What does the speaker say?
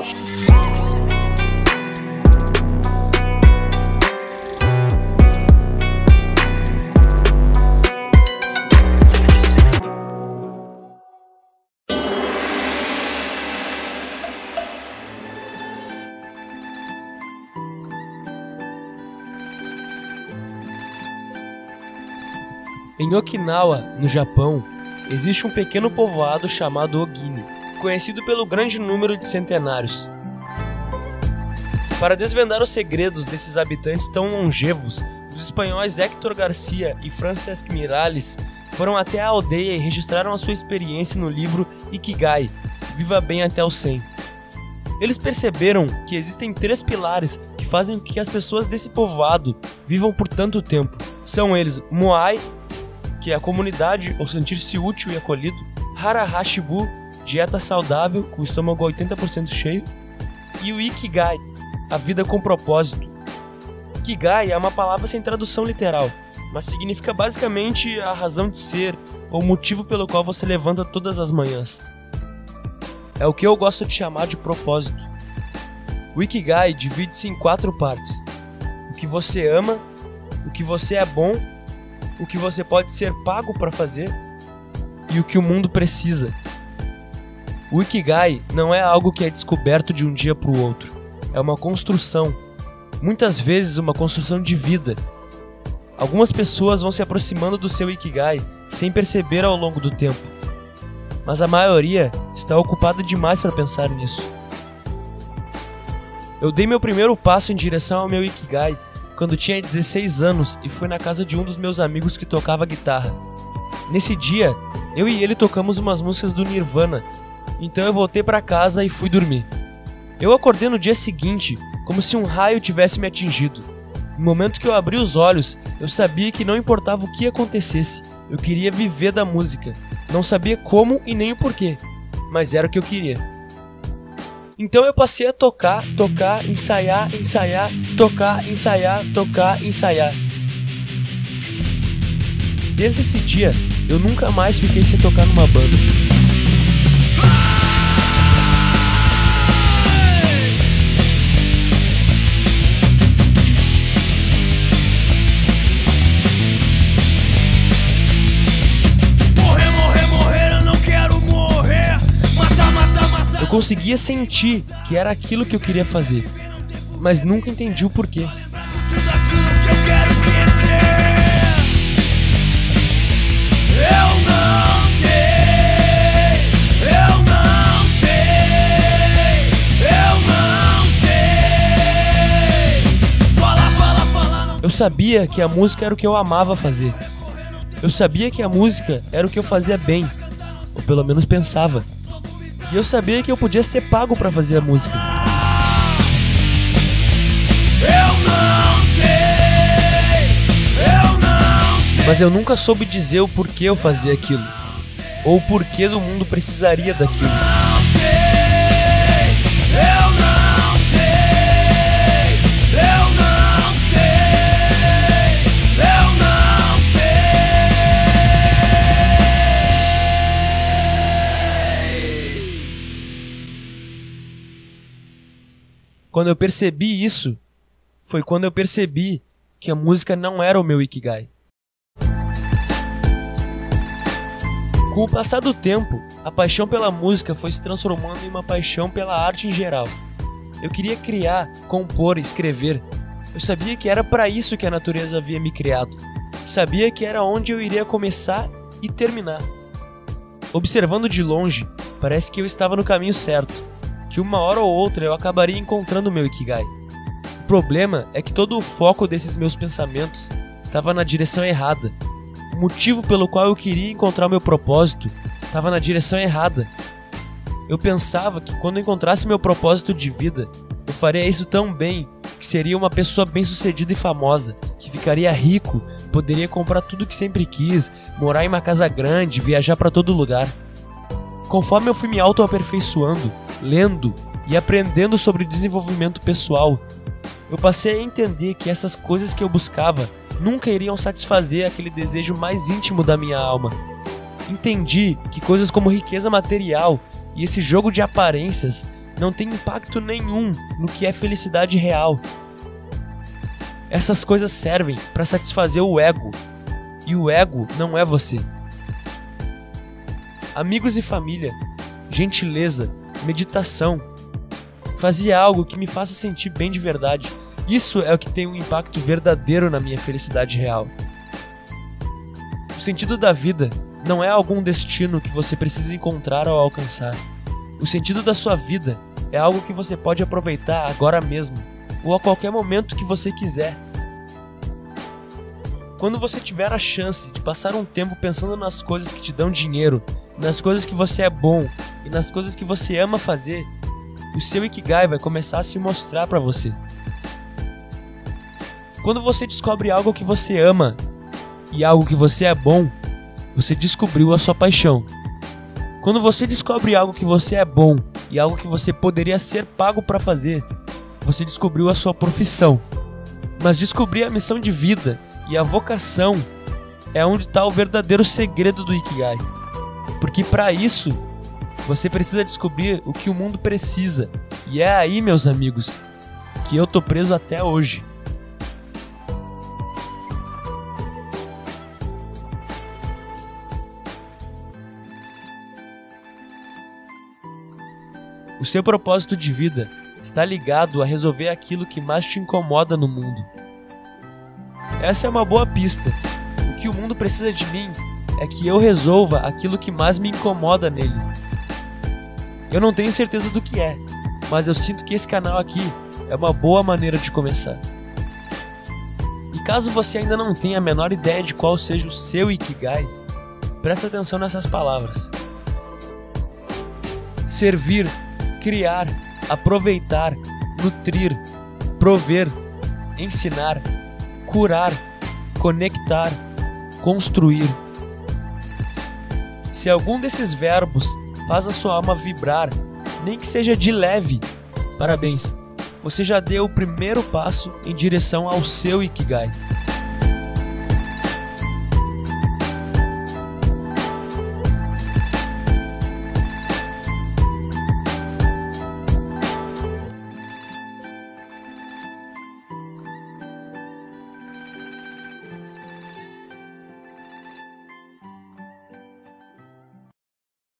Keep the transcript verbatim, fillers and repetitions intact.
Em Okinawa, no Japão, existe um pequeno povoado chamado Ogini, conhecido pelo grande número de centenários. Para desvendar os segredos desses habitantes tão longevos, os espanhóis Héctor Garcia e Francesc Miralles foram até a aldeia e registraram a sua experiência no livro Ikigai, Viva Bem Até os cem. Eles perceberam que existem três pilares que fazem com que as pessoas desse povoado vivam por tanto tempo. São eles Moai, que é a comunidade ou sentir-se útil e acolhido, Hara-Hashibu, dieta saudável com o estômago oitenta por cento cheio, e o Ikigai, a vida com propósito. Ikigai é uma palavra sem tradução literal, mas significa basicamente a razão de ser ou o motivo pelo qual você levanta todas as manhãs. É o que eu gosto de chamar de propósito. O Ikigai divide-se em quatro partes: o que você ama, o que você é bom, o que você pode ser pago para fazer e o que o mundo precisa. O Ikigai não é algo que é descoberto de um dia para o outro. É uma construção. Muitas vezes uma construção de vida. Algumas pessoas vão se aproximando do seu Ikigai sem perceber ao longo do tempo. Mas a maioria está ocupada demais para pensar nisso. Eu dei meu primeiro passo em direção ao meu Ikigai quando tinha dezesseis anos e fui na casa de um dos meus amigos que tocava guitarra. Nesse dia, eu e ele tocamos umas músicas do Nirvana, então eu voltei para casa e fui dormir. Eu acordei no dia seguinte como se um raio tivesse me atingido. No momento que eu abri os olhos, eu sabia que não importava o que acontecesse, eu queria viver da música. Não sabia como e nem o porquê, mas era o que eu queria. Então eu passei a tocar, tocar, ensaiar, ensaiar, tocar, ensaiar, tocar, ensaiar. Desde esse dia, eu nunca mais fiquei sem tocar numa banda. Eu conseguia sentir que era aquilo que eu queria fazer, mas nunca entendi o porquê. Eu sabia que a música era o que eu amava fazer. Eu sabia que a música era o que eu fazia bem, ou pelo menos pensava. E eu sabia que eu podia ser pago pra fazer a música. Eu não sei, eu não sei. Mas eu nunca soube dizer o porquê eu fazia aquilo, ou o porquê do mundo precisaria daquilo. Quando eu percebi isso, foi quando eu percebi que a música não era o meu Ikigai. Com o passar do tempo, a paixão pela música foi se transformando em uma paixão pela arte em geral. Eu queria criar, compor, escrever. Eu sabia que era para isso que a natureza havia me criado. Sabia que era onde eu iria começar e terminar. Observando de longe, parece que eu estava no caminho certo. Que uma hora ou outra eu acabaria encontrando o meu Ikigai. O problema é que todo o foco desses meus pensamentos estava na direção errada. O motivo pelo qual eu queria encontrar o meu propósito estava na direção errada. Eu pensava que quando eu encontrasse meu propósito de vida, eu faria isso tão bem que seria uma pessoa bem-sucedida e famosa, que ficaria rico, poderia comprar tudo que sempre quis, morar em uma casa grande, viajar para todo lugar. Conforme eu fui me auto-aperfeiçoando, lendo e aprendendo sobre desenvolvimento pessoal, eu passei a entender que essas coisas que eu buscava nunca iriam satisfazer aquele desejo mais íntimo da minha alma. Entendi que coisas como riqueza material e esse jogo de aparências não tem impacto nenhum no que é felicidade real. Essas coisas servem para satisfazer o ego, e o ego não é você. Amigos e família, gentileza, meditação, fazer algo que me faça sentir bem de verdade. Isso é o que tem um impacto verdadeiro na minha felicidade real. O sentido da vida não é algum destino que você precisa encontrar ou alcançar. O sentido da sua vida é algo que você pode aproveitar agora mesmo, ou a qualquer momento que você quiser. Quando você tiver a chance de passar um tempo pensando nas coisas que te dão dinheiro, nas coisas que você é bom e nas coisas que você ama fazer, o seu Ikigai vai começar a se mostrar para você. Quando você descobre algo que você ama e algo que você é bom, você descobriu a sua paixão. Quando você descobre algo que você é bom e algo que você poderia ser pago para fazer, você descobriu a sua profissão. Mas descobrir a missão de vida e a vocação é onde está o verdadeiro segredo do Ikigai. Porque para isso, você precisa descobrir o que o mundo precisa. E é aí, meus amigos, que eu tô preso até hoje. O seu propósito de vida está ligado a resolver aquilo que mais te incomoda no mundo. Essa é uma boa pista. O que o mundo precisa de mim é que eu resolva aquilo que mais me incomoda nele. Eu não tenho certeza do que é, mas eu sinto que esse canal aqui é uma boa maneira de começar. E caso você ainda não tenha a menor ideia de qual seja o seu Ikigai, presta atenção nessas palavras: servir, criar, aproveitar, nutrir, prover, ensinar, curar, conectar, construir. Se algum desses verbos faz a sua alma vibrar, nem que seja de leve, parabéns, você já deu o primeiro passo em direção ao seu Ikigai.